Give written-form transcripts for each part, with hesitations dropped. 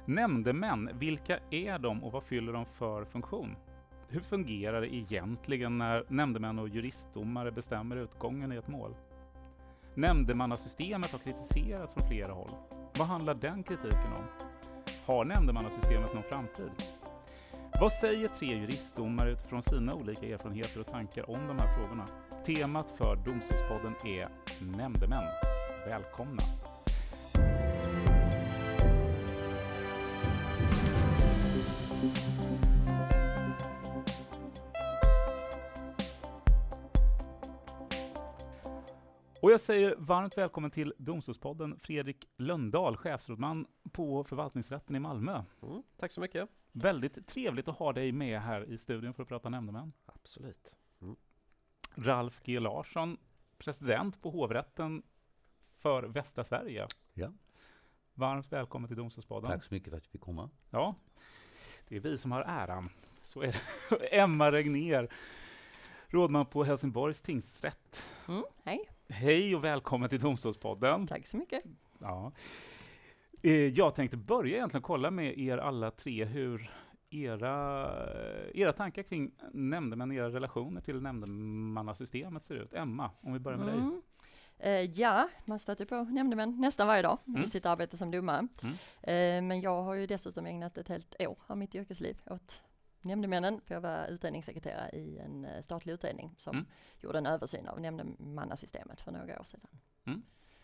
Nämndemän, vilka är de och vad fyller de för funktion? Hur fungerar det egentligen när nämndemän och juristdomare bestämmer utgången i ett mål? Nämndemannasystemet har kritiserats från flera håll. Vad handlar den kritiken om? Har nämndemannasystemet någon framtid? Vad säger 3 juristdomare utifrån sina olika erfarenheter och tankar om de här frågorna? Temat för Domstolspodden är nämndemän. Välkomna! Och jag säger varmt välkommen till Domstolspodden Fredrik Löndahl, chefsrådman på förvaltningsrätten i Malmö. Tack så mycket. Väldigt trevligt att ha dig med här i studion för att prata nämndemän. Absolut. Ralf G. Larsson, president på hovrätten för västra Sverige. Ja. Varmt välkommen till Domstolspodden. Tack så mycket för att vi fick komma. Ja, det är vi som har äran. Så är det. Emma Regnér, rådman på Helsingborgs tingsrätt. Hej. Hej och välkommen till Domstolspodden. Tack så mycket. Ja. Jag tänkte börja egentligen kolla med er alla 3 hur era tankar kring nämndemän, era relationer till nämndemannasystemet ser ut. Emma, om vi börjar med dig. Ja, man stöter på nämndemän nästan varje dag i sitt arbete som domare. Men jag har ju dessutom ägnat ett helt år av mitt yrkesliv åt nämndemännen, för jag var utredningssekreterare i en statlig utredning som gjorde en översyn av nämndemannasystemet för några år sedan.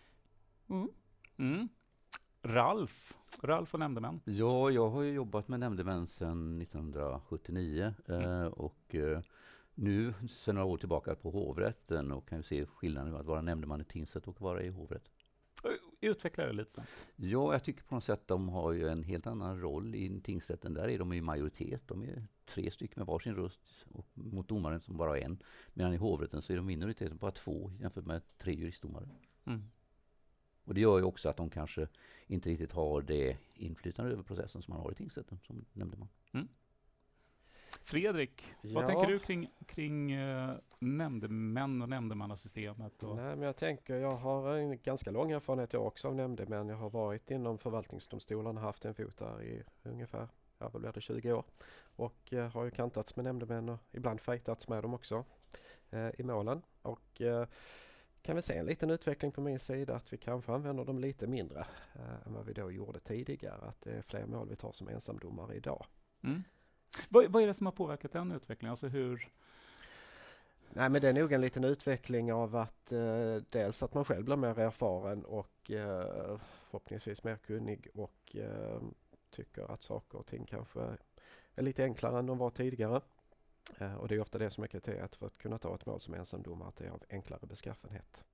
Ralf och nämndemän. Ja, jag har ju jobbat med nämndemän sedan 1979 och nu sedan några år tillbaka på hovrätten och kan ju se skillnaden att vara nämndeman i tingsrätt och vara i hovrätt. Utveckla det lite snabbt. Ja, jag tycker på något sätt att de har ju en helt annan roll i tingsrätten. Där är de i majoritet. De är 3 stycken med varsin röst och mot domaren som bara är en. Medan i hovrätten så är de minoriteten bara 2 jämfört med 3 juristdomare. Och det gör ju också att de kanske inte riktigt har det inflytande över processen som man har i tingsrätten som nämndeman. Fredrik, vad tänker du kring nämndemän och nämndemannasystemet? Och... Nej, men jag har en ganska lång erfarenhet också av nämndemän. Jag har varit inom förvaltningsdomstolen och haft en fot där i ungefär 20 år. Och har ju kantats med nämndemän och ibland fightats med dem också i målen. Och kan vi se en liten utveckling på min sida att vi kanske använder dem lite mindre än vad vi då gjorde tidigare. Att det är fler mål vi tar som ensamdomare idag. Vad är det som har påverkat den utvecklingen? Alltså hur... Nej, men det är nog en liten utveckling av att dels att man själv blir mer erfaren och förhoppningsvis mer kunnig och tycker att saker och ting kanske är lite enklare än de var tidigare. Och det är ofta det som är kriteriet för att kunna ta ett mål som ensamdomare, att det är av enklare beskaffenhet.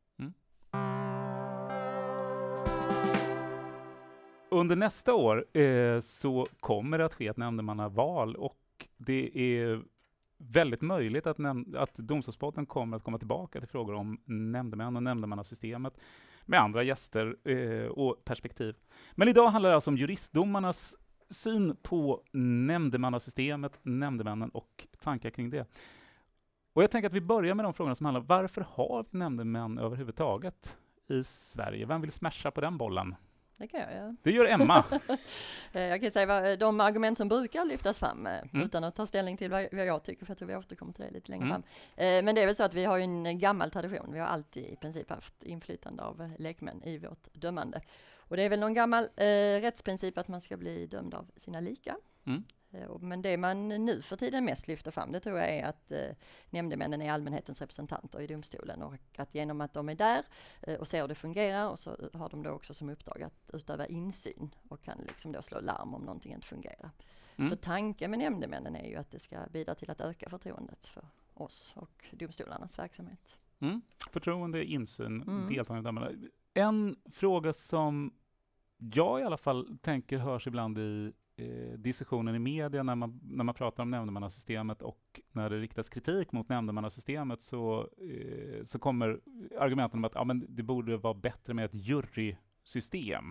Under nästa år så kommer det att ske ett nämndemannaval och det är väldigt möjligt att Domstolspodden kommer att komma tillbaka till frågor om nämndemän och nämndemannasystemet med andra gäster och perspektiv. Men idag handlar det alltså om juristdomarnas syn på nämndemannasystemet, nämndemännen och tankar kring det. Och jag tänker att vi börjar med de frågorna som handlar om varför har vi nämndemän överhuvudtaget i Sverige? Vem vill smasha på den bollen? Det kan jag göra. Det gör Emma. Jag kan säga de argument som brukar lyftas fram utan att ta ställning till vad jag tycker, för jag tror vi återkommer till det lite längre fram. Men det är väl så att vi har ju en gammal tradition. Vi har alltid i princip haft inflytande av lekmän i vårt dömande. Och det är väl någon gammal rättsprincip att man ska bli dömd av sina lika. Men det man nu för tiden mest lyfter fram, det tror jag är att nämndemännen är allmänhetens representanter i domstolen och att genom att de är där och ser hur det fungerar, och så har de då också som uppdrag att utöva insyn och kan liksom då slå larm om någonting inte fungerar. Så tanken med nämndemännen är ju att det ska bidra till att öka förtroendet för oss och domstolarnas verksamhet. Förtroende, insyn, deltagande. En fråga som jag i alla fall tänker hörs ibland i diskussionen i media när man pratar om nämndemannasystemet och när det riktas kritik mot nämndemannasystemet så kommer argumenten om att men det borde vara bättre med ett jurysystem.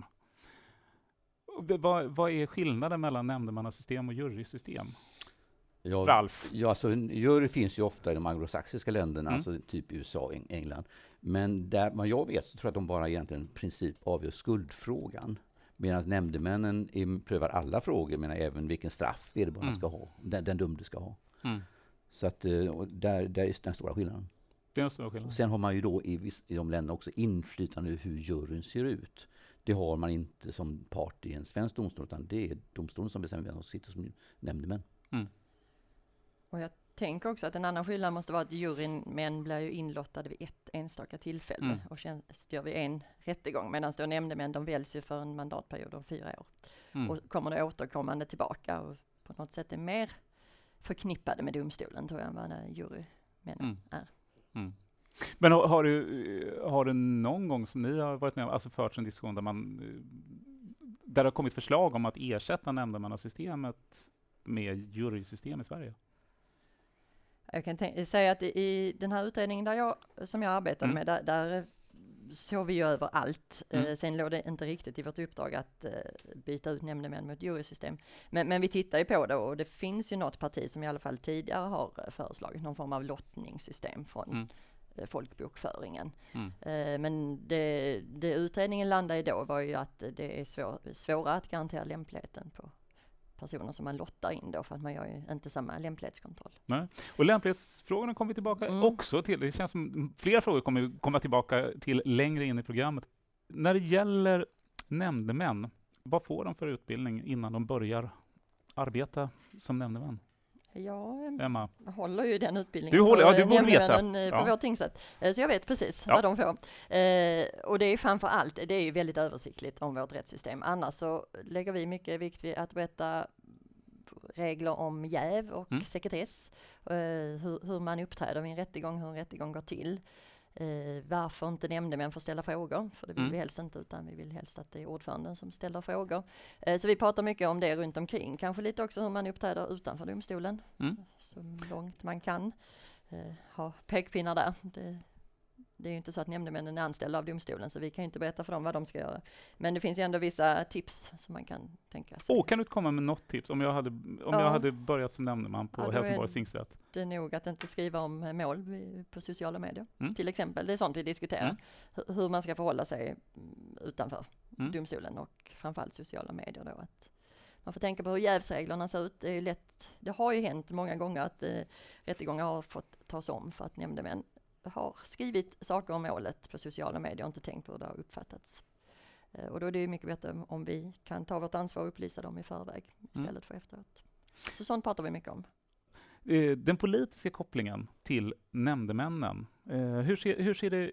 Vad är skillnaden mellan nämndemannasystem och jurysystem? Ralf? Ja, alltså jury finns ju ofta i de anglosaxiska länderna, alltså typ USA och England. Men där jag vet så tror jag att de bara egentligen i princip avgör skuldfrågan. Medan nämndemännen prövar alla frågor, men även vilken straff vederbörande ska ha, den dömde ska ha. Så att där är den stora skillnaden. Det är en stor skillnad. Och sen har man ju då i de länderna också inflytande hur juryn ser ut. Det har man inte som part i en svensk domstol, utan det är domstolen som bestämmer vem som sitter som nämndemän. Och jag tänker också att en annan skillnad måste vara att jurymän blir ju inlottade vid ett enstaka tillfälle och tjänstgör vid en rättegång, medan då nämndemän, de väljs ju för en mandatperiod om 4 år. Och kommer det återkommande tillbaka och på något sätt är mer förknippade med domstolen, tror jag, än vad jurymännen är. Men har du någon gång som ni har varit med om, alltså fört en diskussion där det har kommit förslag om att ersätta nämndemannasystemet med jurysystem i Sverige? Jag kan säga att i den här utredningen som jag arbetade med, där såg vi ju över allt. Sen låg det inte riktigt i vårt uppdrag att byta ut nämndemän mot jurysystem. Men vi tittar ju på det, och det finns ju något parti som i alla fall tidigare har föreslagit någon form av lottningssystem från folkbokföringen. Men det utredningen landade i då var ju att det är svårare att garantera lämpligheten på personer som man lottar in då, för att man gör ju inte samma lämplighetskontroll. Nej. Och lämplighetsfrågorna kommer vi tillbaka också till. Det känns som flera frågor kommer vi komma tillbaka till längre in i programmet. När det gäller nämndemän, vad får de för utbildning innan de börjar arbeta som nämndemän? Jag håller ju den utbildningen. Du borde veta. På vår tingsrätt. Så jag vet precis vad de får. Och det är framför allt, det är ju väldigt översiktligt om vårt rättssystem. Annars så lägger vi mycket vikt vid att berätta regler om jäv och sekretess. Hur man uppträder vid en rättegång, hur en rättegång går till. Varför inte nämndemän får ställa frågor, för det vill vi helst inte, utan vi vill helst att det är ordföranden som ställer frågor. Så vi pratar mycket om det runt omkring, kanske lite också hur man uppträder utanför domstolen, så långt man kan ha pekpinnar där. Det är ju inte så att nämndemännen är anställda av domstolen, så vi kan ju inte berätta för dem vad de ska göra. Men det finns ju ändå vissa tips som man kan tänka sig. Kan du komma med något tips om jag hade börjat som nämndeman på Helsingborgs tingsrätt? Det är nog att inte skriva om mål på sociala medier. Till exempel, det är sånt vi diskuterar. Hur man ska förhålla sig utanför domstolen och framförallt sociala medier då. Att man får tänka på hur jävsreglerna ser ut. Det har ju hänt många gånger att rättegångar har fått tas om för att nämndemän har skrivit saker om målet på sociala medier och inte tänkt på hur det har uppfattats. Och då är det ju mycket bättre om vi kan ta vårt ansvar och upplysa dem i förväg istället för efteråt. Så sånt pratar vi mycket om. Den politiska kopplingen till nämndemännen, hur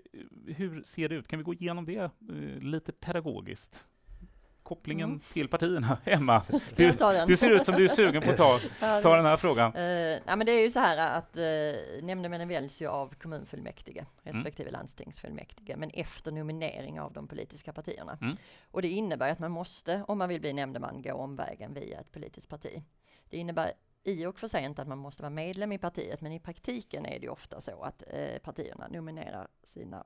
ser det ut? Kan vi gå igenom det lite pedagogiskt? Kopplingen till partierna. Emma, du ser ut som du är sugen på att ta den här frågan. Men det är ju så här att nämndemännen väljs ju av kommunfullmäktige respektive landstingsfullmäktige, men efter nominering av de politiska partierna. Och det innebär att man måste, om man vill bli nämndeman, gå omvägen via ett politiskt parti. Det innebär i och för sig inte att man måste vara medlem i partiet, men i praktiken är det ju ofta så att partierna nominerar sina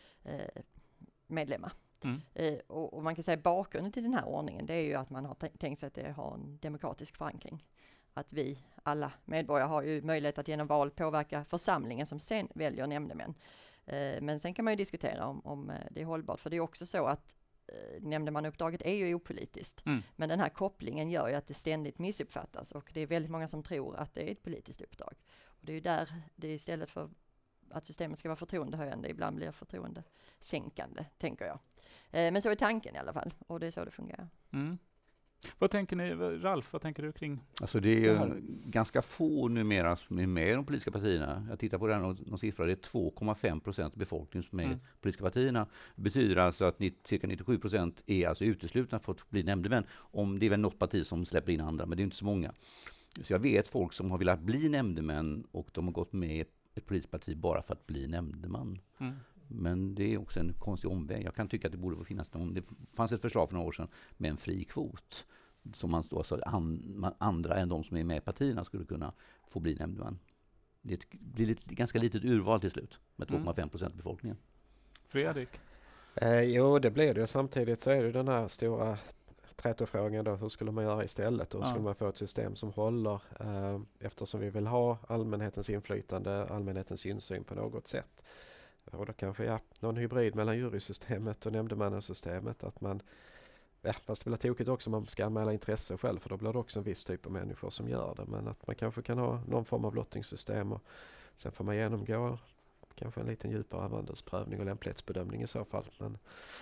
medlemmar. Och man kan säga bakgrunden till den här ordningen, det är ju att man har tänkt sig att det har en demokratisk förankring. Att vi alla medborgare har ju möjlighet att genom val påverka församlingen som sen väljer nämndemän. Men sen kan man ju diskutera om det är hållbart, för det är också så att nämndemannauppdraget är ju opolitiskt. Men den här kopplingen gör ju att det ständigt missuppfattas, och det är väldigt många som tror att det är ett politiskt uppdrag. Och det är ju där det istället för att systemet ska vara förtroendehöjande ibland blir förtroendesänkande, tänker jag. Men så är tanken i alla fall, och det är så det fungerar. Vad tänker ni, Ralf, vad tänker du kring? Alltså det är ganska få numera som är med i de politiska partierna. Jag tittar på den någon siffra, det är 2,5% av befolkningen som är med i de politiska partierna. Det betyder alltså att cirka 97% är alltså uteslutna för att bli nämndemän. Om det är väl något parti som släpper in andra, men det är inte så många. Så jag vet folk som har velat bli nämndemän och de har gått med ett politiskt parti bara för att bli nämndeman. Men det är också en konstig omväg. Jag kan tycka att det borde finnas det fanns ett förslag för några år sedan med en fri kvot som man då, så andra än de som är med i partierna skulle kunna få bli nämndeman. Det blir ganska litet urval till slut med 2,5% av befolkningen. Fredrik? Jo, det blir det. Samtidigt så är det den här stora trätofrågan då, hur skulle man göra istället? Hur skulle man få ett system som håller eftersom vi vill ha allmänhetens inflytande, allmänhetens insyn på något sätt. Och då kanske någon hybrid mellan jurysystemet och nämndemannasystemet, att man fast det blir tokigt också om man ska anmäla intresse själv, för då blir det också en viss typ av människor som gör det. Men att man kanske kan ha någon form av lottningssystem och sen får man genomgå kanske en liten djupare vandelsprövning och lämplighetsbedömning i så fall. Men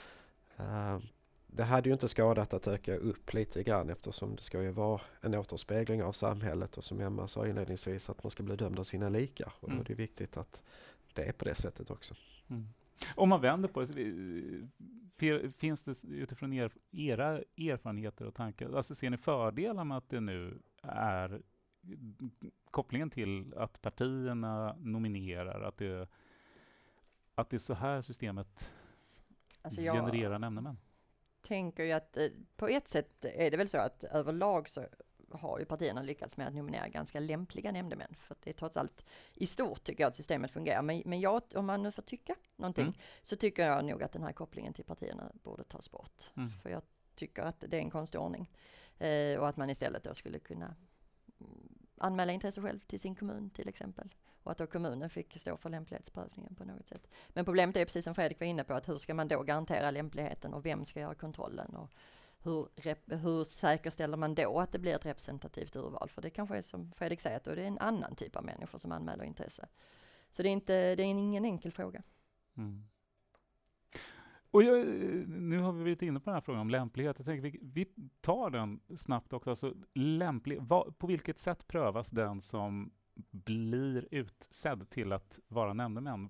det hade ju inte skadat att öka upp lite grann, eftersom det ska ju vara en återspegling av samhället, och som Emma sa inledningsvis att man ska bli dömd av sina likar, och då är det viktigt att det är på det sättet också. Om man vänder på det, finns det utifrån era erfarenheter och tankar, alltså ser ni fördelar med att det nu är kopplingen till att partierna nominerar, att det är så här systemet genererar nämndemän? Tänker ju att på ett sätt är det väl så att överlag så har ju partierna lyckats med att nominera ganska lämpliga nämndemän. För det är trots allt i stort tycker jag att systemet fungerar. Men jag, om man nu får tycka någonting, så tycker jag nog att den här kopplingen till partierna borde tas bort. För jag tycker att det är en konstig ordning. Och att man istället då skulle kunna anmäla intresse själv till sin kommun till exempel. Och att då kommunen fick stå för lämplighetsprövningen på något sätt. Men problemet är precis som Fredrik var inne på, att hur ska man då garantera lämpligheten och vem ska göra kontrollen, och hur säkerställer man då att det blir ett representativt urval? För det kanske är som Fredrik säger, att då är det en annan typ av människor som anmäler intresse. Så det är ingen enkel fråga. Och nu har vi varit inne på den här frågan om lämplighet. Jag tänker vi tar den snabbt också. Alltså, på vilket sätt prövas den som blir utsedd till att vara nämndeman?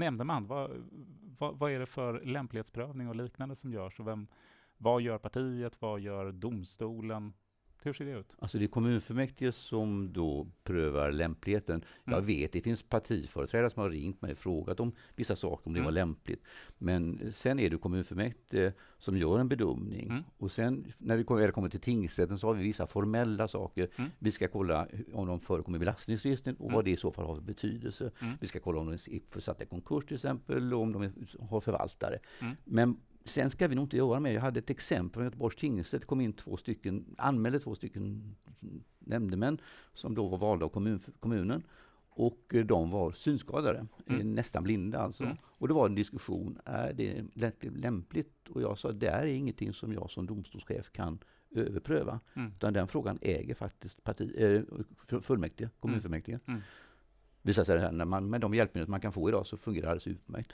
Vad är det för lämplighetsprövning och liknande som görs? Och vad gör partiet? Vad gör domstolen? Hur ser det ut? Alltså det är kommunfullmäktige som då prövar lämpligheten. Jag vet, det finns partiföreträdare som har ringt mig och frågat om vissa saker, om det var lämpligt. Men sen är det kommunfullmäktige som gör en bedömning. Och sen när vi kommer till tingsrätten så har vi vissa formella saker. Vi ska kolla om de förekommer i belastningsregistret och vad det i så fall har för betydelse. Vi ska kolla om de är försatta i konkurs till exempel, och om de har förvaltare. Men sen ska vi nog inte göra mer. Jag hade ett exempel från Göteborgs tingsrätt. Det kom in anmälde 2 nämndemän som då var valda av kommunen. Och de var synskadade, nästan blinda alltså. Och det var en diskussion, är det lämpligt? Och jag sa, det är ingenting som jag som domstolschef kan överpröva. Utan den frågan äger faktiskt fullmäktige, kommunfullmäktige. Visar sig det här, med de hjälpmedel man kan få idag så fungerar det alldeles utmärkt.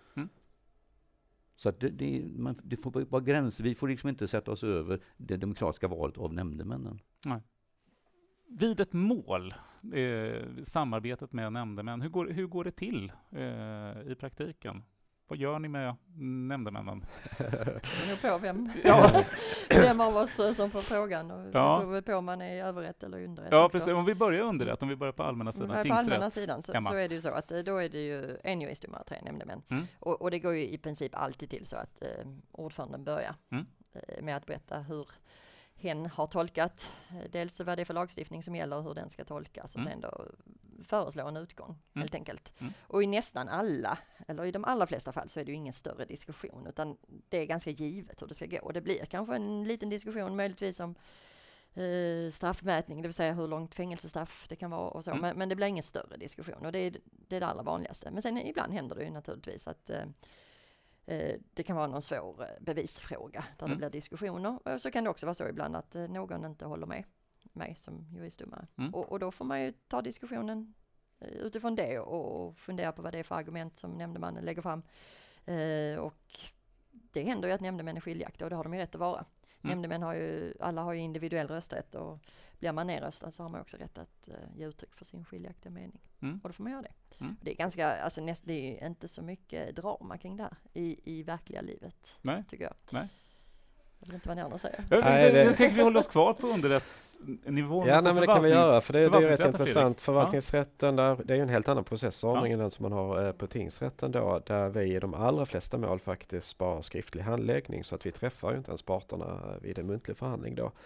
Så att det får vara gränser. Vi får liksom inte sätta oss över det demokratiska valet av nämndemännen. Nej. Vid ett mål, samarbetet med nämndemän, hur går det till i praktiken? Vad gör ni med nämndemännen? Det beror på vem av oss som får frågan. Och det beror på om man är överrätt eller underrätt. Ja, precis. Om vi börjar underrätt, om vi börjar på allmänna sidan, tingsrätt. På allmänna sidan så är det ju så att då är det ju en juristdomare och 3 nämndemän. Och det går ju i princip alltid till så att ordföranden börjar med att berätta hur hen har tolkat, dels vad det är för lagstiftning som gäller och hur den ska tolkas, och sen då föreslå en utgång helt enkelt. Och i nästan alla, eller i de allra flesta fall, så är det ju ingen större diskussion, utan det är ganska givet hur det ska gå. Och det blir kanske en liten diskussion möjligtvis om straffmätning, det vill säga hur långt fängelsestraff det kan vara och så, men det blir ingen större diskussion, och det är det allra vanligaste. Men sen ibland händer det ju naturligtvis att det kan vara någon svår bevisfråga där det blir diskussioner. Och så kan det också vara så ibland att någon inte håller med mig som juristdomare. Och då får man ju ta diskussionen utifrån det och fundera på vad det är för argument som nämndemannen lägger fram. Och det händer ju att nämndemän är skiljaktiga, och det har de ju rätt att vara. Nämndemän alla har ju individuell rösträtt, och blir man nerröstad så har man också rätt att ge uttryck för sin skiljaktiga mening. Och då får man göra det. Det är ganska, alltså det är inte så mycket drama kring det här i verkliga livet. Nej. Tycker jag. Nej. Jag vet inte vad ni andra säger. Jag tänker vi håller oss kvar på underrättsnivån. Ja, men det kan vi göra, för det är ju rätt intressant. Förvaltningsrätten, det är ju en helt annan processordning än den som man har på tingsrätten då, där vi i de allra flesta mål faktiskt bara skriftlig handläggning, så att vi träffar ju inte ens parterna vid en muntlig förhandling då.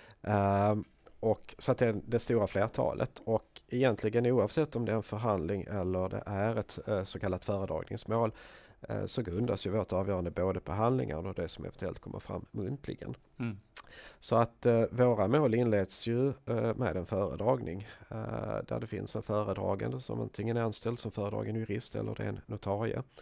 Och så att det är det stora flertalet, och egentligen oavsett om det är en förhandling eller det är ett så kallat föredragningsmål, så grundas ju vårt avgörande både på handlingar och det som eventuellt kommer fram muntligen. Så att våra mål inleds ju med en föredragning där det finns en föredragande som antingen är anställd som föredragen jurist eller det är en notarie.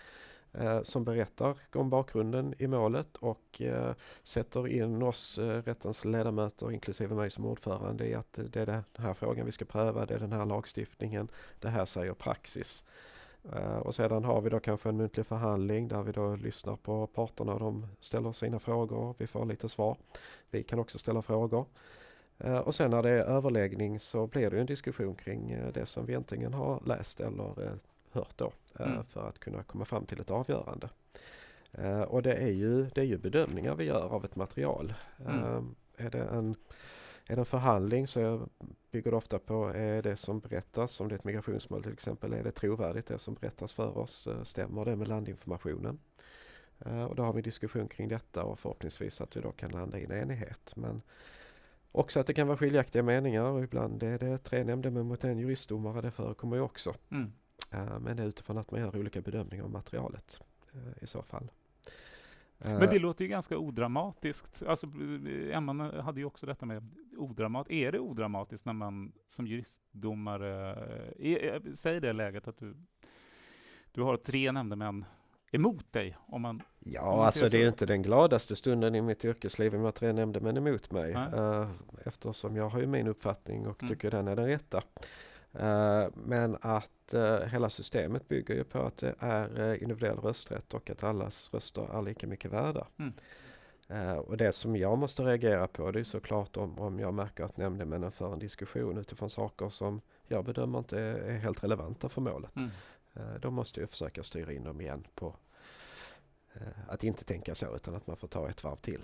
som berättar om bakgrunden i målet och sätter in oss rättens ledamöter, inklusive mig som ordförande, i att det är den här frågan vi ska pröva, det är den här lagstiftningen, det här säger praxis. Och sedan har vi då kanske en muntlig förhandling där vi då lyssnar på parterna, de ställer sina frågor, vi får lite svar. Vi kan också ställa frågor. Och sen när det är överläggning så blir det en diskussion kring det som vi egentligen har läst eller hört då, för att kunna komma fram till ett avgörande. Och det är ju bedömningar vi gör av ett material. Är det en förhandling så bygger det ofta på är det som berättas, om det är ett migrationsmål till exempel, är det trovärdigt det som berättas för oss, stämmer det med landinformationen? Och då har vi diskussion kring detta och förhoppningsvis att vi då kan landa i en enighet. Men också att det kan vara skiljaktiga meningar och ibland är det 3 nämndemän mot en juristdomare, det förekommer ju också. Men det är utifrån att man gör olika bedömningar av materialet i så fall. Men det låter ju ganska odramatiskt. Alltså, Emma hade ju också detta med odramatiskt. Är det odramatiskt när man som juristdomare, säg det läget att du har 3 nämndemän emot dig? Om man alltså det är ju inte den gladaste stunden i mitt yrkesliv med 3 nämndemän emot mig. Eftersom jag har ju min uppfattning och tycker den är den rätta. Men att hela systemet bygger ju på att det är individuell rösträtt och att allas röster är lika mycket värda. Och det som jag måste reagera på, det är såklart om jag märker att nämndemännen för en diskussion utifrån saker som jag bedömer inte är helt relevanta för målet. Då måste jag försöka styra in dem igen på att inte tänka så, utan att man får ta ett varv till.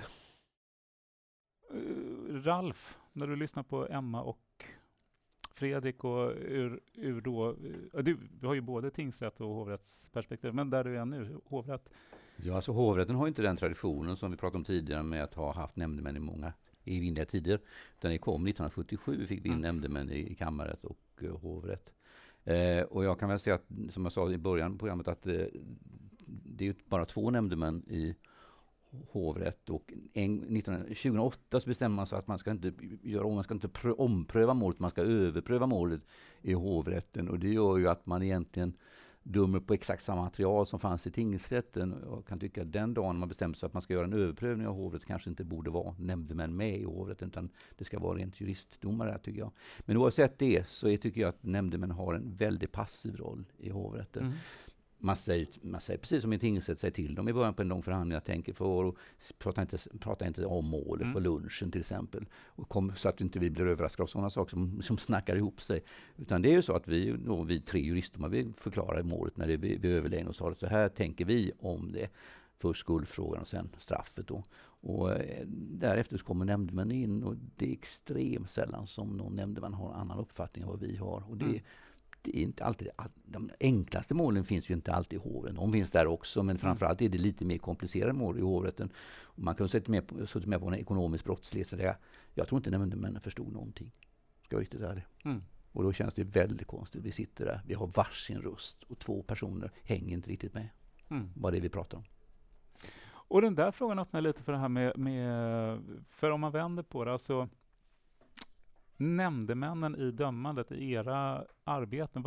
Ralf, när du lyssnar på Emma och Fredrik och ur då, du har ju både tingsrätt och hovrättsperspektiv, men där du är nu, hovrätt. Ja, alltså hovrätten har inte den traditionen som vi pratade om tidigare med att ha haft nämndemän i vindiga tider. Utan det kom 1977 fick vi in nämndemän i kammarrätt och hovrätt. Och jag kan väl säga att, som jag sa i början av programmet, att det är bara 2 nämndemän i hovrätt och 2008 så bestämmer man sig att man ska inte ompröva målet, man ska överpröva målet i hovrätten, och det gör ju att man egentligen dömer på exakt samma material som fanns i tingsrätten, och kan tycka att den dagen man bestämmer sig att man ska göra en överprövning av hovrätt kanske inte borde vara nämndemän med i hovrätten, utan det ska vara rent juristdomare, tycker jag. Men oavsett det så tycker jag att nämndemän har en väldigt passiv roll i hovrätten. Man säger precis som i tingsrätt, säger till dem i början på en lång förhandling, jag tänker för, och prata inte om målet på lunchen till exempel, och så att inte vi blir överraskade av sådana saker som snackar ihop sig, utan det är ju så att vi 3 jurister, vi förklarar målet när vi överlägger och sa att så här tänker vi om det, först skuldfrågan och sen straffet då. Och därefter så kommer nämndemän in, och det är extremt sällan som någon nämndeman har en annan uppfattning än vad vi har, och det är inte alltid, de enklaste målen finns ju inte alltid i hovrätten. De finns där också, men framförallt är det lite mer komplicerade mål i hovrätten. Och man kan sätta med på en ekonomisk brottslighet, så jag tror inte nämndemännen förstod någonting. Ska jag riktigt ärlig. Och då känns det väldigt konstigt. Vi sitter där, vi har varsin röst och 2 personer hänger inte riktigt med vad det är vi pratar om. Och den där frågan öppnar lite för det här med för om man vänder på det, alltså nämndemännen i dömandet i era arbeten,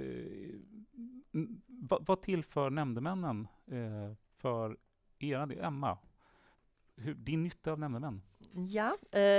vad tillför nämndemännen för era del? Emma, din nytta av nämndemän? Ja,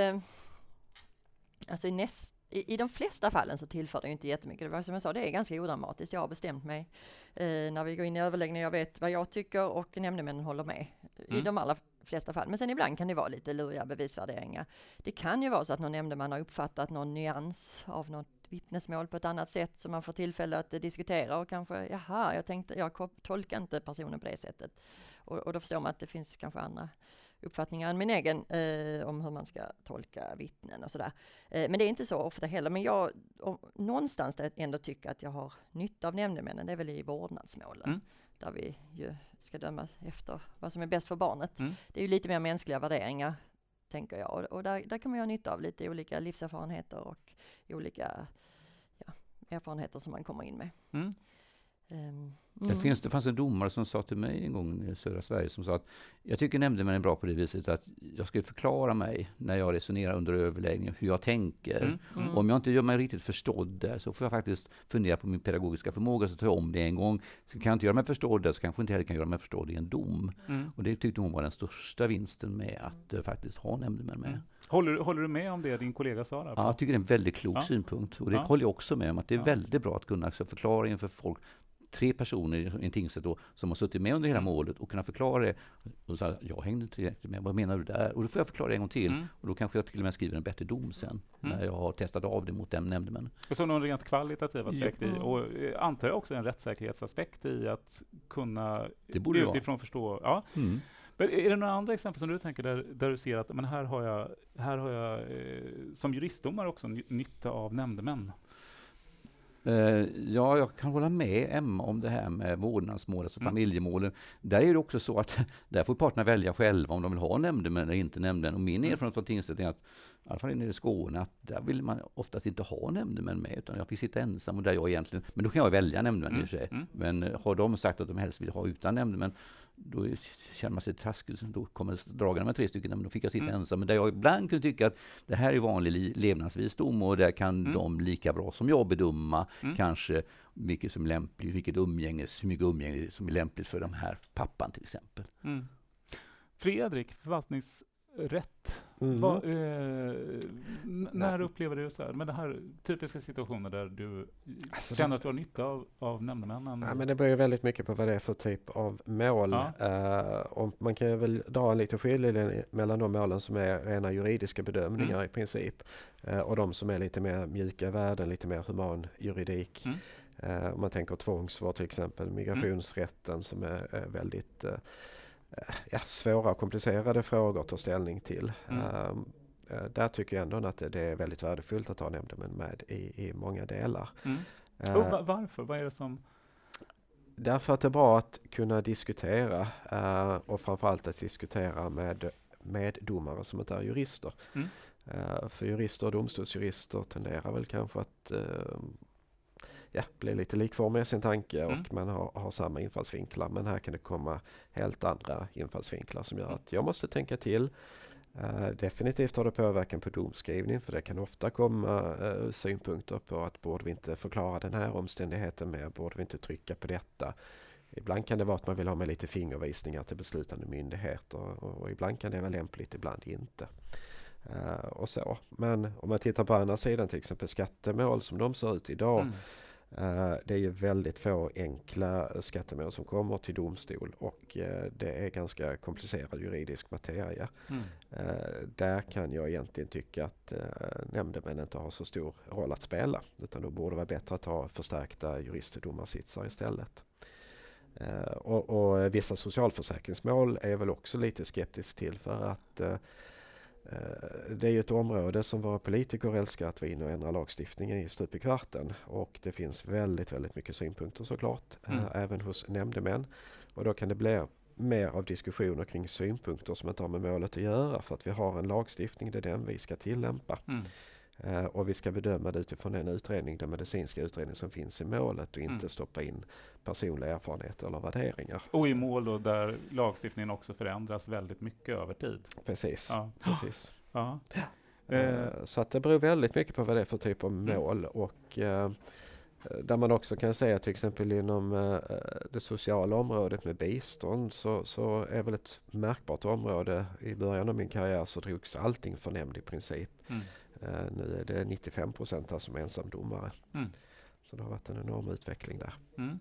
alltså i de flesta fallen så tillför det inte jättemycket. Det var som jag sa, det är ganska odramatiskt. Jag har bestämt mig när vi går in i överläggning, jag vet vad jag tycker och nämndemännen håller med i de allra flesta fall. Men sen ibland kan det vara lite luriga bevisvärderingar. Det kan ju vara så att någon nämndeman har uppfattat någon nyans av något vittnesmål på ett annat sätt som man får tillfälle att diskutera, och kanske, jag tolkar inte personen på det sättet. Och då förstår man att det finns kanske andra uppfattningar än min egen om hur man ska tolka vittnen och sådär. Men det är inte så ofta heller. Men jag någonstans där ändå tycker att jag har nytta av nämndemännen, det är väl i vårdnadsmålen. Där vi ju ska döma efter vad som är bäst för barnet. Det är ju lite mer mänskliga värderingar, tänker jag. Och där kan man ha nytta av lite olika livserfarenheter och olika erfarenheter som man kommer in med. Det fanns en domare som sa till mig en gång i södra Sverige som sa att jag tycker nämndemän är bra på det viset att jag ska förklara mig när jag resonerar under överläggningen hur jag tänker. Om jag inte gör mig riktigt förstådd där så får jag faktiskt fundera på min pedagogiska förmåga, så tar jag om det en gång. Så kan jag inte göra mig förstådd där så kanske inte heller kan göra mig förstådd i en dom. Och det tyckte hon var den största vinsten med att faktiskt ha nämndemän med. Håller du med om det din kollega sa där? Ja, jag tycker det är en väldigt klok synpunkt. Och det håller jag också med om, att det är väldigt bra att kunna förklara inför folk, 3 personer i en tingsrätt då, som har suttit med under hela målet och kunna förklara det. Och så jag hängde inte direkt med, vad menar du där? Och då får jag förklara det en gång till. Och då kanske jag till och med skriver en bättre dom sen, när jag har testat av det mot den nämndemän. Och så någon rent kvalitativ aspekt i, och antar jag också en rättssäkerhetsaspekt i att kunna utifrån förstå. Ja. Men är det några andra exempel som du tänker där du ser att men här har jag som juristdomare också nytta av nämndemän? Ja, jag kan hålla med Emma om det här med vårdnadsmål, alltså familjemålen. Där är det också så att där får parterna välja själva om de vill ha nämndemän eller inte nämndemän. Och min erfarenhet från tingsrätten är att, i alla fall nere i Skåne, att där vill man oftast inte ha nämndemän med, utan jag fick sitta ensam och där jag egentligen, men då kan jag välja nämndemän i och för sig. Men har de sagt att de helst vill ha utan nämndemän, då känner man sig taskig, då kommer dragarna med 3 stycken, men då fick jag sitta ensam. Men där jag ibland kunde tycka att det här är vanlig levnadsvisdom och där kan de lika bra som jag bedöma kanske vilket som är lämpligt, hur mycket umgänge som är lämpligt för de här pappan till exempel. Fredrik, förvaltningsrätt. När upplever du så här, med det här typiska situationer där du känner att du har nytta av nämndemännen? Ja, men det beror ju väldigt mycket på vad det är för typ av mål. Och man kan ju väl dra en liten skiljelinje mellan de målen som är rena juridiska bedömningar i princip och de som är lite mer mjuka värden, lite mer human juridik. Om man tänker tvångsvård till exempel, migrationsrätten som är väldigt svåra och komplicerade frågor att ta ställning till. Där tycker jag ändå att det är väldigt värdefullt att ha nämndemän med i många delar. Varför? Vad är det som... Därför att det är bra att kunna diskutera och framförallt att diskutera med domare som inte är jurister. För jurister och domstolsjurister tenderar väl kanske att bli lite likformiga i sin tanke och man har samma infallsvinklar, men här kan det komma helt andra infallsvinklar som gör att jag måste tänka till. Definitivt har det påverkan på domskrivning, för det kan ofta komma synpunkter på att borde vi inte förklara den här omständigheten mer, borde vi inte trycka på detta. Ibland kan det vara att man vill ha med lite fingervisningar till beslutande myndigheter och ibland kan det vara lämpligt, ibland inte. Och så. Men om man tittar på andra sidan, till exempel skattemål som de ser ut idag, det är ju väldigt få enkla skattemål som kommer till domstol och det är ganska komplicerad juridisk materia. Där kan jag egentligen tycka att nämndemän inte har så stor roll att spela, utan då borde det vara bättre att ha förstärkta jurist-domarsitsar istället. Och vissa socialförsäkringsmål är väl också lite skeptisk till, för att det är ju ett område som våra politiker älskar att vi in och ändrar lagstiftningen i stup i kvarten, och det finns väldigt, väldigt mycket synpunkter såklart, även hos nämndemän, och då kan det bli mer av diskussioner kring synpunkter som inte har med målet att göra, för att vi har en lagstiftning, det är den vi ska tillämpa. Och vi ska bedöma det utifrån den medicinska utredning som finns i målet och inte stoppa in personliga erfarenheter eller värderingar. Och i mål då där lagstiftningen också förändras väldigt mycket över tid. Precis. Precis. Ja. Så att det beror väldigt mycket på vad det är för typ av mål, och där man också kan säga till exempel inom det sociala området med bistånd så är väl ett märkbart område. I början av min karriär så drogs allting förnämnd i princip. Nu är det 95% som är ensamdomare. Så det har varit en enorm utveckling där.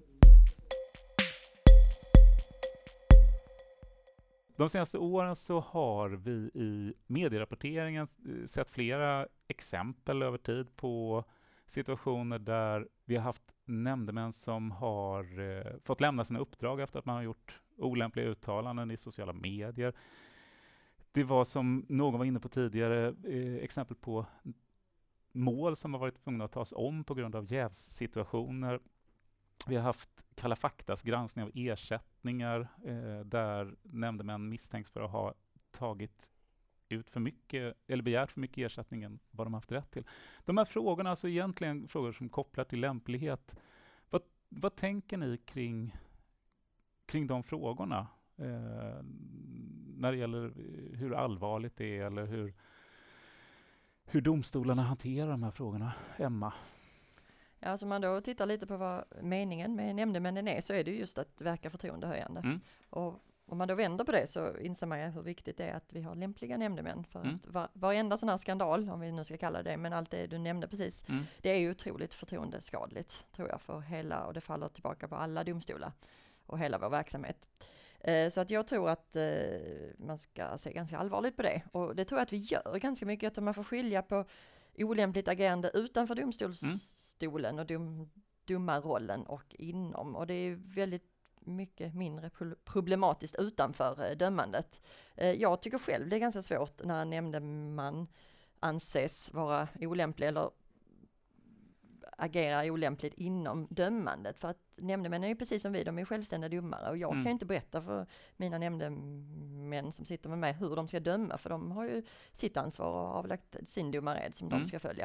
De senaste åren så har vi i medierapporteringen sett flera exempel över tid på situationer där vi har haft nämndemän som har fått lämna sina uppdrag efter att man har gjort olämpliga uttalanden i sociala medier. Det var, som någon var inne på tidigare, exempel på mål som har varit tvungna att tas om på grund av jävssituationer. Vi har haft Kalla faktas granskning av ersättningar där nämndemän misstänks för att ha tagit ut för mycket eller begärt för mycket ersättning än vad de haft rätt till. De här frågorna, alltså egentligen frågor som kopplar till lämplighet. Vad vad tänker ni kring de frågorna? När det gäller hur allvarligt det är eller hur domstolarna hanterar de här frågorna. Emma? Ja, alltså man då tittar lite på vad meningen med nämndemännen är, så är det just att verka förtroendehöjande. Och om man då vänder på det så inser man ju hur viktigt det är att vi har lämpliga nämndemän. För att varenda sån här skandal, om vi nu ska kalla det, men allt det du nämnde precis, det är ju otroligt förtroendeskadligt, tror jag, för hela, och det faller tillbaka på alla domstolar och hela vår verksamhet. Så att jag tror att man ska se ganska allvarligt på det. Och det tror jag att vi gör ganska mycket, att man får skilja på olämpligt agerande utanför domstolsstolen och domarrollen och inom. Och det är väldigt mycket mindre problematiskt utanför dömandet. Jag tycker själv det är ganska svårt när en nämndeman anses vara olämplig eller agera olämpligt inom dömandet. För att nämndemän är ju precis som vi, de är självständiga domare, och jag kan ju inte berätta för mina nämndemän som sitter med mig hur de ska döma, för de har ju sitt ansvar och avlagt sin domared som de ska följa.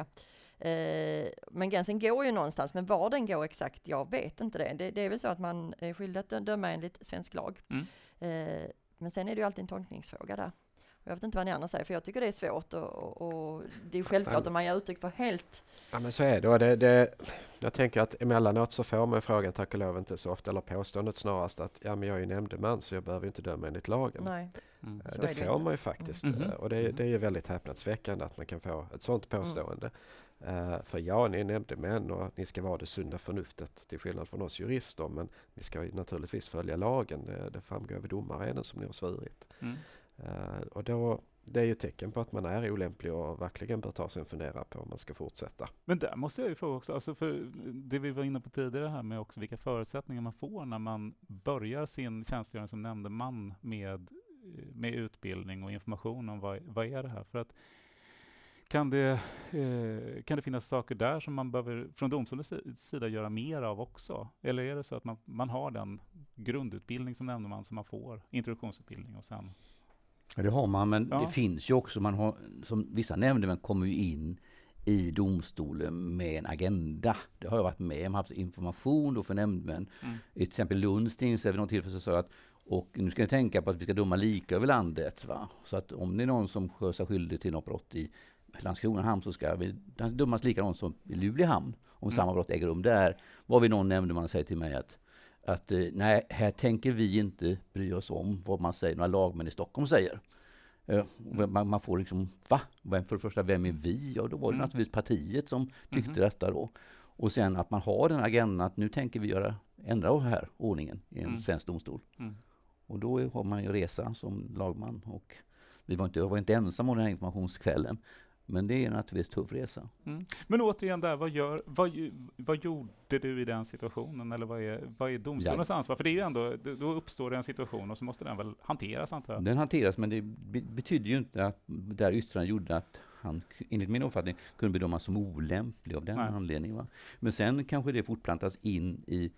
Men gränsen går ju någonstans, men var den går exakt, jag vet inte det. Det är väl så att man är skyldig att döma enligt svensk lag. Men sen är det ju alltid en tolkningsfråga där. Jag vet inte vad ni andra säger, för jag tycker det är svårt och det är självklart om man ger uttryck för helt... Ja, men så är det. Jag tänker att emellanåt så får man frågan, tack och lov inte så ofta, eller påståendet snarast att ja, men jag är ju nämndeman så jag behöver inte döma enligt lagen. Nej. Det får man ju faktiskt. Och det är ju väldigt häpnadsväckande att man kan få ett sådant påstående. För ja, ni är nämndemän och ni ska vara det sunda förnuftet till skillnad från oss jurister, men ni ska ju naturligtvis följa lagen. Det framgår över domareden som ni har svurit. Och då, det är ju tecken på att man är olämplig och verkligen bör ta sig en fundera på om man ska fortsätta. Men där måste jag ju fråga också, alltså för det vi var inne på tidigare här med också vilka förutsättningar man får när man börjar sin tjänstgöring som nämndeman med utbildning och information om vad är det här. För att kan det finnas saker där som man behöver från domstolens sida göra mer av också? Eller är det så att man har den grundutbildning som nämndeman som man får, introduktionsutbildning och sen... Ja, det har man, men det finns ju också, som vissa nämndemän kommer ju in i domstolen med en agenda. Det har jag varit med om, haft information då för nämndemän. I till exempel Lunds tingsrätt vid något tillfälle så sa jag att och nu ska ni tänka på att vi ska döma lika över landet. Va? Så att om det är någon som gör sig skyldig till något brott i Landskrona hamn så ska vi dömas likadant som i Luleå hamn om samma brott äger rum där. Var vi någon nämndeman säger till mig att nej, här tänker vi inte bry oss om vad man säger, några lagmän i Stockholm säger. Man får liksom, för det första, vem är vi? Ja, då var det naturligtvis partiet som tyckte detta då. Och sen att man har den agendan att nu tänker vi ändra den här ordningen i en svensk domstol. Och då har man ju resa som lagman och jag var inte ensam om den här informationskvällen. Men det är naturligtvis tuff resa. Men återigen där, vad gjorde du i den situationen? Eller vad är domstolens ansvar? För det är ju ändå, då uppstår det en situation och så måste den väl hanteras, antar jag. Den hanteras, men det betyder ju inte att där yttrandet gjorde att han, enligt min uppfattning, kunde bedömas som olämplig av den anledningen. Va? Men sen kanske det fortplantas in i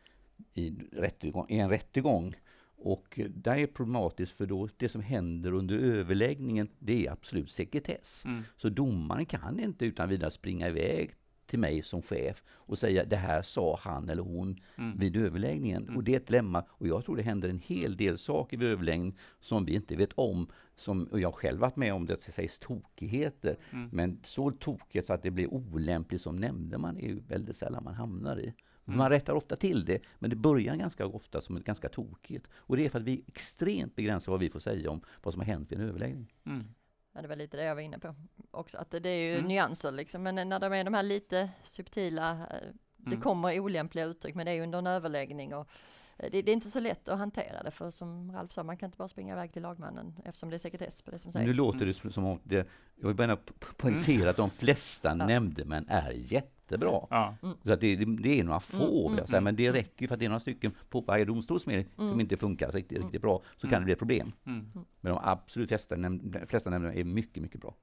en rättegång. Och det är problematiskt för då det som händer under överläggningen, det är absolut sekretess. Så domaren kan inte utan vidare springa iväg till mig som chef och säga det här sa han eller hon vid överläggningen. Och det är ett dilemma, och jag tror det händer en hel del saker vid överläggningen som vi inte vet om, och jag själv varit med om det sägs tokigheter, men så tokigt så att det blir olämpligt som nämndeman är ju väldigt sällan man hamnar i. Man rättar ofta till det, men det börjar ganska ofta som ett ganska tokigt. Och det är för att vi extremt begränsar vad vi får säga om vad som har hänt vid en överläggning. Ja, det var lite det jag var inne på också. Att det är ju nyanser liksom. Men när de är de här lite subtila, det kommer olämpliga uttryck, men det är ju under en överläggning och det är inte så lätt att hantera det, för som Ralf sa, man kan inte bara springa iväg till lagmannen eftersom det är sekretess på det som sägs. Nu låter det som om jag vill bara poängtera att de flesta nämndemän är jättebra. Så att det är några få, men det räcker ju för att det är några stycken på varje domstolsmedel som inte funkar riktigt bra, så kan det bli ett problem. Men de absolut flesta nämndemän är mycket, mycket bra.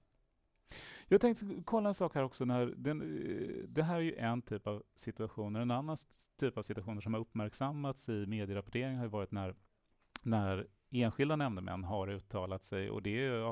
Jag tänkte kolla en sak här också. Det här är ju en typ av situationer. En annan typ av situationer som har uppmärksammats i medierapportering har ju varit när enskilda nämndemän har uttalat sig, och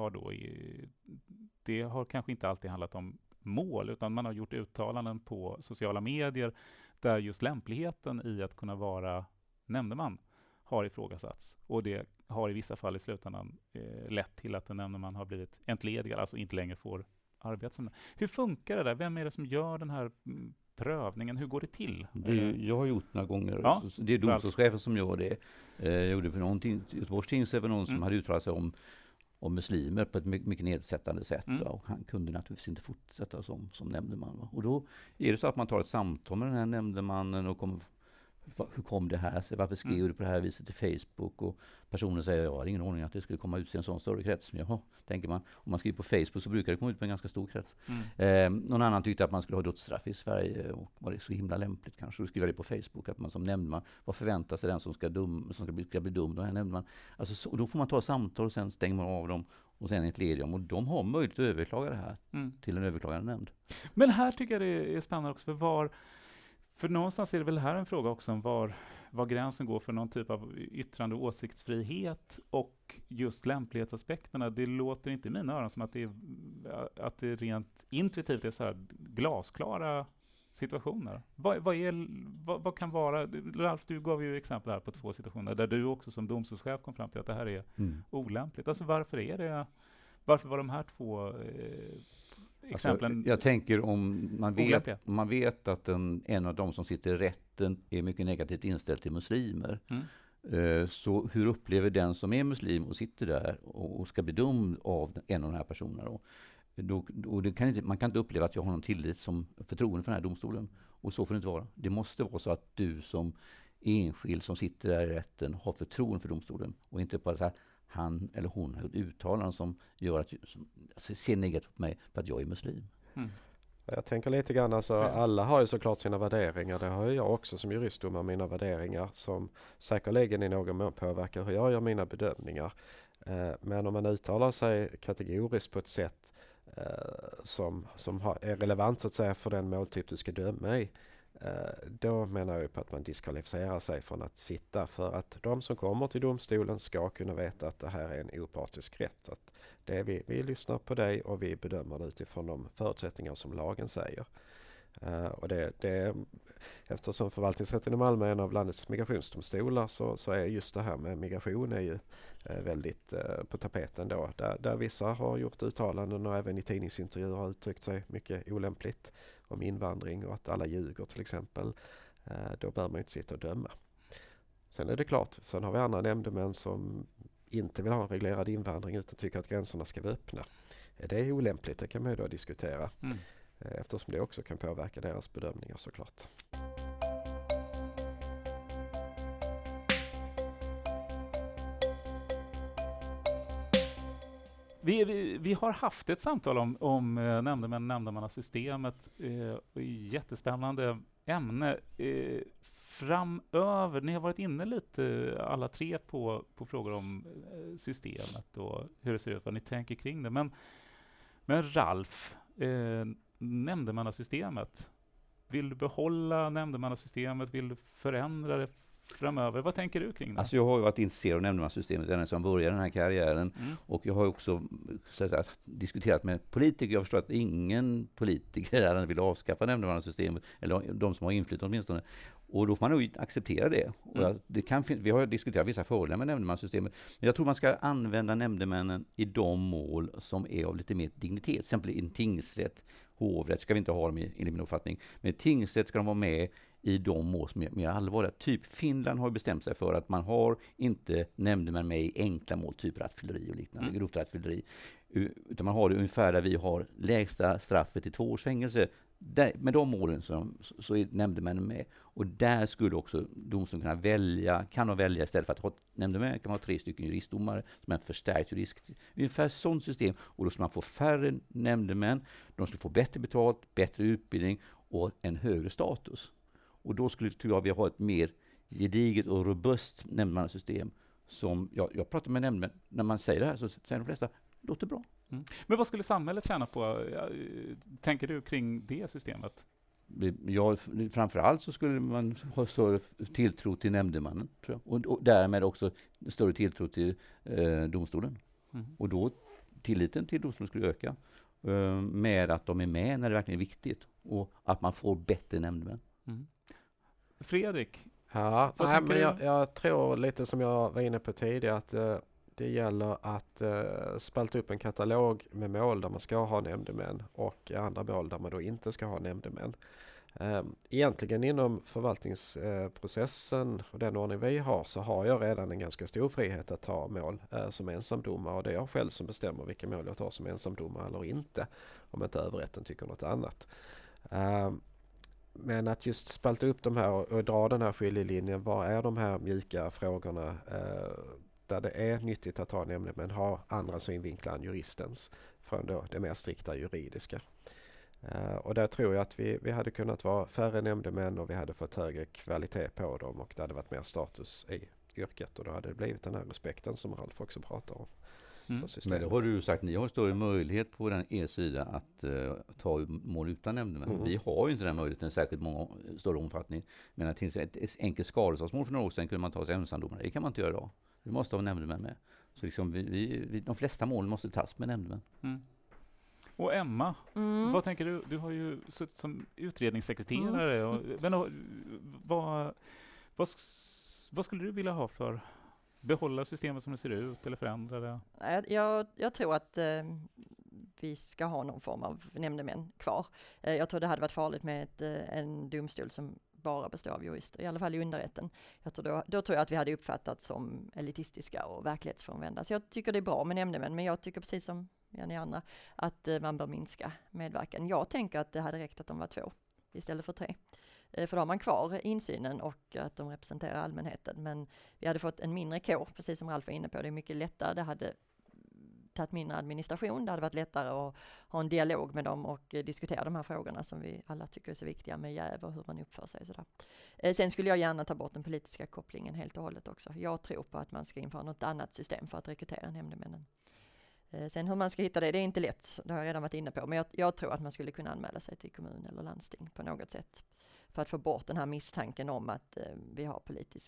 det har kanske inte alltid handlat om mål, utan man har gjort uttalanden på sociala medier där just lämpligheten i att kunna vara nämndeman har ifrågasatts. Och det har i vissa fall i slutändan lett till att en nämndeman har blivit entledigad, alltså inte längre får arbeta som det. Hur funkar det där? Vem är det som gör den här prövningen? Hur går det till? Jag har gjort några gånger. Ja, det är domstolschefen som gör det. Jag gjorde för någonting, Göteborgs tingsrätt var någon som hade uttalat sig om muslimer på ett mycket nedsättande sätt. Och han kunde naturligtvis inte fortsätta som nämndeman. Och då är det så att man tar ett samtal med den här nämndemannen och hur kom det här sig? Varför skrev du på det här viset till Facebook? Och personen säger, jag har ingen aning att det skulle komma ut i en sån större krets. Men jaha, tänker man. Om man skriver på Facebook så brukar det komma ut på en ganska stor krets. Någon annan tyckte att man skulle ha dödsstraff i Sverige och var det så himla lämpligt kanske. Då skriver det på Facebook att man som nämndeman, vad förväntar sig den som ska bli dum, den här nämndeman. Alltså, då får man ta samtal och sen stänger man av dem och sen entledigar dem. Och de har möjlighet att överklaga det här till en överklagande nämnd. Men här tycker jag det är spännande också, för någonstans är det väl här en fråga också om var gränsen går för någon typ av yttrande- och åsiktsfrihet och just lämplighetsaspekterna. Det låter inte i mina öron som att det rent intuitivt är så här glasklara situationer. Vad kan vara... Ralf, du gav ju exempel här på 2 situationer där du också som domstolschef kom fram till att det här är olämpligt. Alltså varför var de här 2 exemplen? Alltså, jag tänker om man vet att en av de som sitter i rätten är mycket negativt inställd till muslimer. Så hur upplever den som är muslim och sitter där och ska bli dömd av en av de här personerna då? Man kan inte uppleva att jag har någon tillit som förtroende för den här domstolen. Och så får det inte vara. Det måste vara så att du som enskild som sitter där i rätten har förtroende för domstolen och inte bara så här, han eller hon har ett uttalande som gör att ser negativt på mig för att jag är muslim. Jag tänker lite grann, alltså, alla har ju såklart sina värderingar. Det har ju jag också som juristdomare, mina värderingar som säkerligen i någon mån påverkar hur jag gör mina bedömningar. Men om man uttalar sig kategoriskt på ett sätt som är relevant så att säga för den måltyp du ska döma i, då menar jag på att man diskvalificerar sig från att sitta, för att de som kommer till domstolen ska kunna veta att det här är en opartisk rätt. Att vi lyssnar på dig och vi bedömer det utifrån de förutsättningar som lagen säger. Och eftersom förvaltningsrätten i Malmö är en av landets migrationsdomstolar så är just det här med migration är ju väldigt på tapeten då. Där vissa har gjort uttalanden och även i tidningsintervjuer har uttryckt sig mycket olämpligt om invandring och att alla ljuger till exempel. Då bör man inte sitta och döma. Sen är det klart, sen har vi andra nämndemän som inte vill ha en reglerad invandring utan tycker att gränserna ska vara öppna. Det är olämpligt, det kan man ju då diskutera. Eftersom det också kan påverka deras bedömningar såklart. Vi har haft ett samtal om nämndemannasystemet. Jättespännande ämne. Framöver, ni har varit inne lite alla 3 på frågor om systemet och hur det ser ut, vad ni tänker kring det. Men Ralf, nämndemannasystemet. Vill du behålla nämndemannasystemet? Vill du förändra det framöver? Vad tänker du kring det? Alltså jag har varit intresserad av nämndemannasystemet ända sedan började den här karriären. Och jag har också diskuterat med politiker. Jag förstår att ingen politiker vill avskaffa nämndemannasystemet, eller de som har inflytande åtminstone. Och då får man nog acceptera det. Och vi har diskuterat vissa fördelar med nämndemannasystemet. Men jag tror man ska använda nämndemännen i de mål som är av lite mer dignitet. Till exempel i en tingsrätt, hovrätt ska vi inte ha dem i min uppfattning. Men i tingsrätt ska de vara med i de mål som är mer allvarliga. Typ Finland har bestämt sig för att man har inte nämndemän med i enkla mål, typ rattfylleri och liknande, grovt rattfylleri. Utan man har det ungefär där vi har lägsta straffet i 2 års fängelse. Med de målen så är nämndemännen med. Och där skulle också domstolen kunna välja istället för att ha nämndemän kan man ha 3 stycken juristdomare som är en förstärkt jurist. Ungefär sådant system. Och då skulle man få färre nämndemän, de skulle få bättre betalt, bättre utbildning och en högre status. Och då tror jag vi har ett mer gediget och robust nämndemannasystem som, jag pratar med nämndemän, när man säger det här så säger de flesta, låter bra. Men vad skulle samhället tjäna på, tänker du, kring det systemet? Ja, framförallt så skulle man ha större tilltro till nämndemannen, tror jag. Och därmed också större tilltro till domstolen. Och då tilliten till domstolen skulle öka med att de är med när det verkligen är viktigt och att man får bättre nämndemän. Fredrik? Ja, Vad nej, tänker men du? jag tror lite som jag var inne på tidigare att det gäller att spalta upp en katalog med mål där man ska ha nämndemän och andra mål där man då inte ska ha nämndemän. Egentligen inom förvaltningsprocessen och den ordning vi har så har jag redan en ganska stor frihet att ta mål som ensamdomare, och det är jag själv som bestämmer vilka mål jag tar som ensamdomare eller inte, om inte överrätten tycker något annat. Men att just spalta upp de här och dra den här skiljelinjen, vad är de här mjuka frågorna där det är nyttigt att ha nämndemän, ha andra synvinklar än juristens från då det mer strikta juridiska. Och där tror jag att vi hade kunnat vara färre nämndemän och vi hade fått högre kvalitet på dem och det hade varit mer status i yrket och då hade det blivit den här respekten som Ralf också pratar om. Men då har du sagt, ni har större möjlighet på er sida att ta mål utan nämndemän. Vi har ju inte den möjligheten i särskilt större omfattning. Men att till ett enkelt skadeståndsmål för några år sedan kunde man ta sig ensamdomare. Det kan man inte göra idag. Vi måste ha nämndemän med. Så liksom de flesta mål måste tas med nämndemän. Och Emma, vad tänker du? Du har ju suttit som utredningssekreterare. Vad skulle du vilja ha för behålla systemet som det ser ut eller förändra det? Jag tror att vi ska ha någon form av nämndemän kvar. Jag tror det hade varit farligt med en domstol som bara består av jurister, i alla fall i underrätten. Då tror jag att vi hade uppfattat som elitistiska och verklighetsfrånvända. Så jag tycker det är bra med nämndemän, men jag tycker precis som ni andra att man bör minska medverkan. Jag tänker att det hade räckt att de var 2 istället för 3. För då har man kvar insynen och att de representerar allmänheten. Men vi hade fått en mindre kår, precis som Ralf var inne på. Det är mycket lättare. Det hade tagit mindre administration. Det hade varit lättare att ha en dialog med dem och diskutera de här frågorna som vi alla tycker är så viktiga med jäv och hur man uppför sig. Sådär. Sen skulle jag gärna ta bort den politiska kopplingen helt och hållet också. Jag tror på att man ska införa något annat system för att rekrytera nämndemännen. Sen hur man ska hitta det är inte lätt. Det har jag redan varit inne på. Men jag tror att man skulle kunna anmäla sig till kommun eller landsting på något sätt. För att få bort den här misstanken om att vi har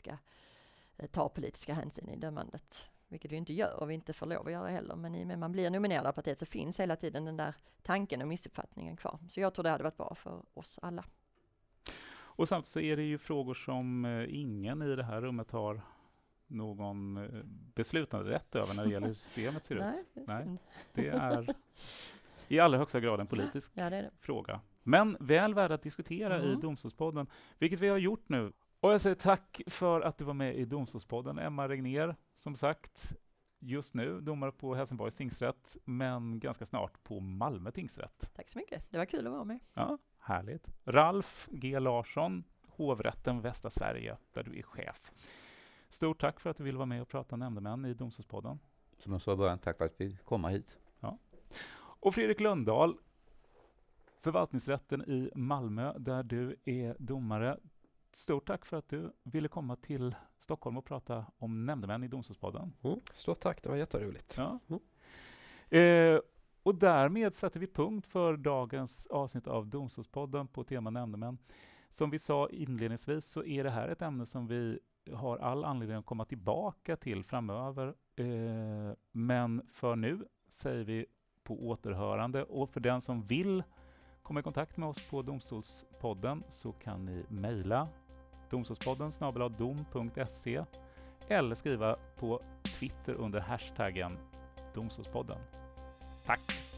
tar politiska hänsyn i dömandet. Vilket vi inte gör och vi inte får lov att göra heller. Men i och med man blir nominerad av partiet så finns hela tiden den där tanken och missuppfattningen kvar. Så jag tror det hade varit bra för oss alla. Och samtidigt så är det ju frågor som ingen i det här rummet har någon beslutande rätt över när det gäller hur systemet ser ut. Nej, det är i allra högsta grad en politisk fråga. Men väl värd att diskutera i Domstolspodden, vilket vi har gjort nu. Och jag säger tack för att du var med i Domstolspodden, Emma Regnér, som sagt, just nu domare på Helsingborgs tingsrätt, men ganska snart på Malmö tingsrätt. Tack så mycket, det var kul att vara med. Ja, härligt. Ralf G. Larsson, hovrätten Västra Sverige, där du är chef. Stort tack för att du ville vara med och prata nämndemän i Domstolspodden. Som jag sa i början, tack för att vi kom hit. Ja. Och Fredrik Lundahl, förvaltningsrätten i Malmö, där du är domare. Stort tack för att du ville komma till Stockholm och prata om nämndemän i Domstolspodden. Stort tack, det var jätteroligt. Ja. Och därmed sätter vi punkt för dagens avsnitt av Domstolspodden på tema nämndemän. Som vi sa inledningsvis så är det här ett ämne som vi har all anledning att komma tillbaka till framöver. Men för nu säger vi på återhörande, och för den som vill komma i kontakt med oss på Domstolspodden så kan ni mejla domstolspodden@dom.se eller skriva på Twitter under hashtaggen Domstolspodden. Tack!